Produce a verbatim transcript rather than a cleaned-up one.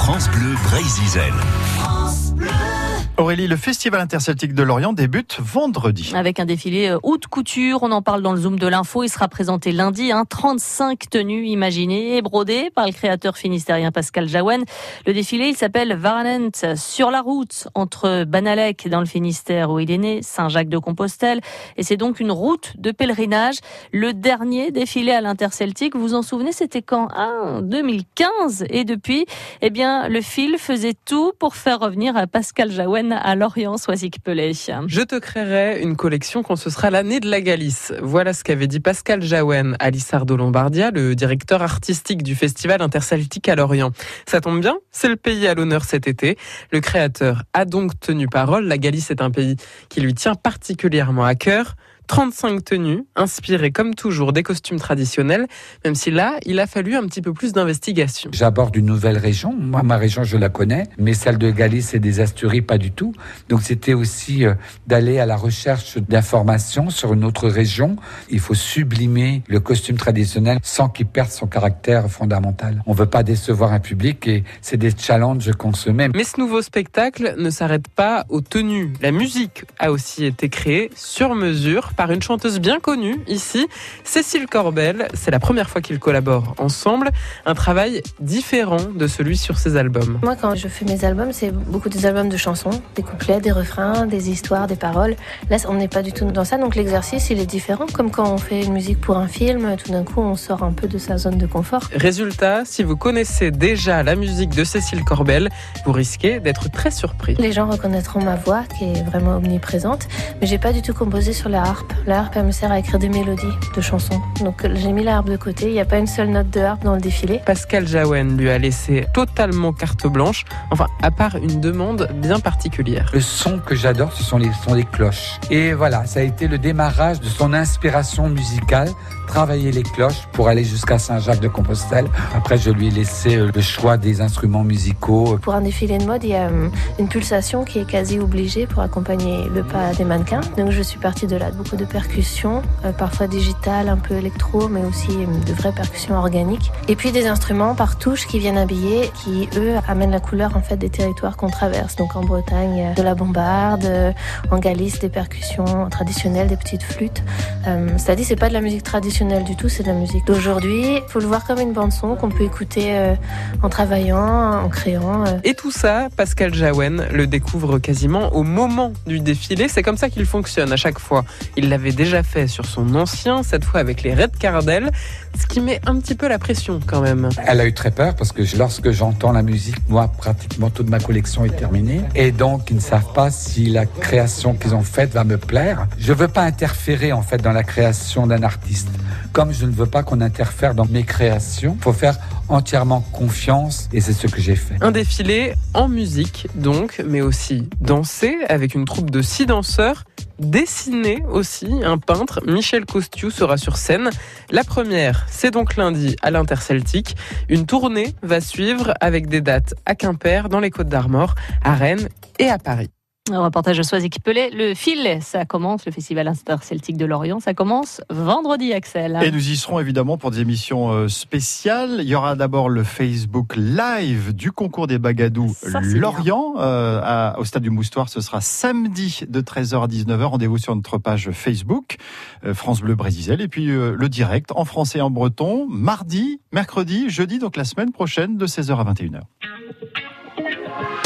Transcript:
France Bleu Brésil. Aurélie, le Festival interceltique de Lorient débute vendredi. Avec un défilé haute couture, on en parle dans le Zoom de l'info. Il sera présenté lundi, hein, trente-cinq tenues imaginées et brodées par le créateur finistérien Pascal Jaouen. Le défilé, il s'appelle Varanent, sur la route entre Banalec dans le Finistère où il est né, Saint-Jacques-de-Compostelle. Et c'est donc une route de pèlerinage. Le dernier défilé à l'interceltique, vous vous en souvenez, c'était quand? Ah, deux mille quinze. Et depuis, eh bien, le fil faisait tout pour faire revenir Pascal Jaouen à Lorient. Soisic Pellet. Je te créerai une collection quand ce sera l'année de la Galice. Voilà ce qu'avait dit Pascal Jaouen à Lissardo Lombardia, le directeur artistique du Festival interceltique à Lorient. Ça tombe bien, c'est le pays à l'honneur cet été. Le créateur a donc tenu parole. La Galice est un pays qui lui tient particulièrement à cœur. trente-cinq tenues, inspirées comme toujours des costumes traditionnels, même si là, il a fallu un petit peu plus d'investigation. J'aborde une nouvelle région. Moi, ma région, je la connais, mais celle de Galice et des Asturies, pas du tout. Donc, c'était aussi euh, d'aller à la recherche d'informations sur une autre région. Il faut sublimer le costume traditionnel sans qu'il perde son caractère fondamental. On ne veut pas décevoir un public et c'est des challenges qu'on se met. Mais ce nouveau spectacle ne s'arrête pas aux tenues. La musique a aussi été créée sur mesure par une chanteuse bien connue ici, Cécile Corbel. C'est la première fois qu'ils collaborent ensemble. Un travail différent de celui sur ses albums. Moi, quand je fais mes albums, c'est beaucoup des albums de chansons, des couplets, des refrains, des histoires, des paroles. Là, on n'est pas du tout dans ça, donc l'exercice, il est différent. Comme quand on fait une musique pour un film, tout d'un coup, on sort un peu de sa zone de confort. Résultat, si vous connaissez déjà la musique de Cécile Corbel, vous risquez d'être très surpris. Les gens reconnaîtront ma voix, qui est vraiment omniprésente, mais j'ai pas du tout composé sur la harpe. La harpe, elle me sert à écrire des mélodies de chansons. Donc j'ai mis la harpe de côté, il n'y a pas une seule note de harpe dans le défilé. Pascal Jaouen lui a laissé totalement carte blanche, enfin à part une demande bien particulière. Le son que j'adore, ce sont les sons des cloches. Et voilà, ça a été le démarrage de son inspiration musicale, travailler les cloches pour aller jusqu'à Saint-Jacques-de-Compostelle. Après, je lui ai laissé le choix des instruments musicaux. Pour un défilé de mode, il y a une pulsation qui est quasi obligée pour accompagner le pas des mannequins. Donc je suis partie de là, beaucoup de percussions, euh, parfois digitales, un peu électro, mais aussi de vraies percussions organiques. Et puis des instruments par touche qui viennent habiller, qui eux amènent la couleur en fait des territoires qu'on traverse. Donc en Bretagne, de la bombarde, en Galice, des percussions traditionnelles, des petites flûtes. Euh, c'est-à-dire, c'est pas de la musique traditionnelle du tout, c'est de la musique d'aujourd'hui. Il faut le voir comme une bande son qu'on peut écouter euh, en travaillant, en créant. Euh. Et tout ça, Pascal Jaouen le découvre quasiment au moment du défilé. C'est comme ça qu'il fonctionne à chaque fois. Il l'avait déjà fait sur son ancien, cette fois avec les Red Cardel, ce qui met un petit peu la pression quand même. Elle a eu très peur parce que lorsque j'entends la musique, moi, pratiquement toute ma collection est terminée. Et donc, ils ne savent pas si la création qu'ils ont faite va me plaire. Je ne veux pas interférer en fait dans la création d'un artiste. Comme je ne veux pas qu'on interfère dans mes créations, il faut faire entièrement confiance et c'est ce que j'ai fait. Un défilé en musique donc, mais aussi dansé avec une troupe de six danseurs. Dessiner aussi, un peintre, Michel Costiou, sera sur scène. La première, c'est donc lundi à l'Interceltique. Une tournée va suivre avec des dates à Quimper, dans les Côtes-d'Armor, à Rennes et à Paris. Un reportage de Soisic Pellet. Le fil, ça commence, le Festival interceltique de Lorient, ça commence vendredi, Axel. Et nous y serons évidemment pour des émissions spéciales. Il y aura d'abord le Facebook Live du concours des Bagadous ça, Lorient euh, à, au Stade du Moustoir. Ce sera samedi de treize heures à dix-neuf heures. Rendez-vous sur notre page Facebook, euh, France Bleu Brésil. Et puis euh, le direct en français et en breton, mardi, mercredi, jeudi, donc la semaine prochaine de seize heures à vingt et une heures.